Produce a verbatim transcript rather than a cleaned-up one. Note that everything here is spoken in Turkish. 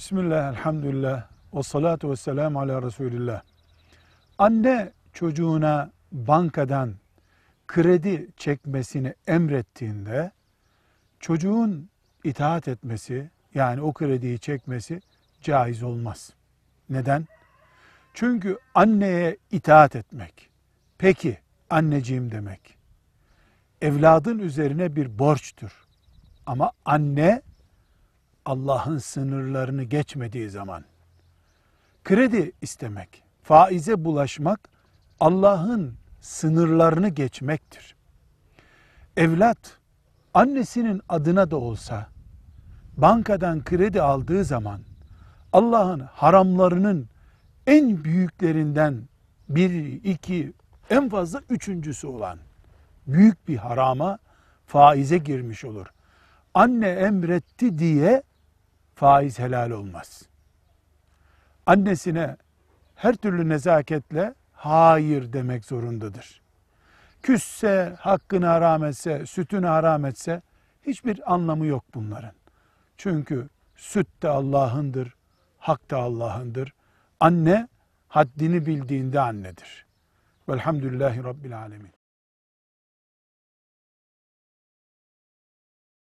Bismillah, elhamdülillah, ve salatu ve selamu ala Resulillah. Anne çocuğuna bankadan kredi çekmesini emrettiğinde çocuğun itaat etmesi, yani o krediyi çekmesi caiz olmaz. Neden? Çünkü anneye itaat etmek, peki anneciğim demek, evladın üzerine bir borçtur. Ama anne Allah'ın sınırlarını geçmediği zaman, kredi istemek, faize bulaşmak, Allah'ın sınırlarını geçmektir. Evlat, annesinin adına da olsa, bankadan kredi aldığı zaman, Allah'ın haramlarının en büyüklerinden bir, iki, en fazla üçüncüsü olan büyük bir harama, faize girmiş olur. Anne emretti diye faiz helal olmaz. Annesine her türlü nezaketle hayır demek zorundadır. Küsse, hakkını haram etse, sütünü haram etse hiçbir anlamı yok bunların. Çünkü süt de Allah'ındır, hak da Allah'ındır. Anne haddini bildiğinde annedir. Velhamdülillahi Rabbil Alemin.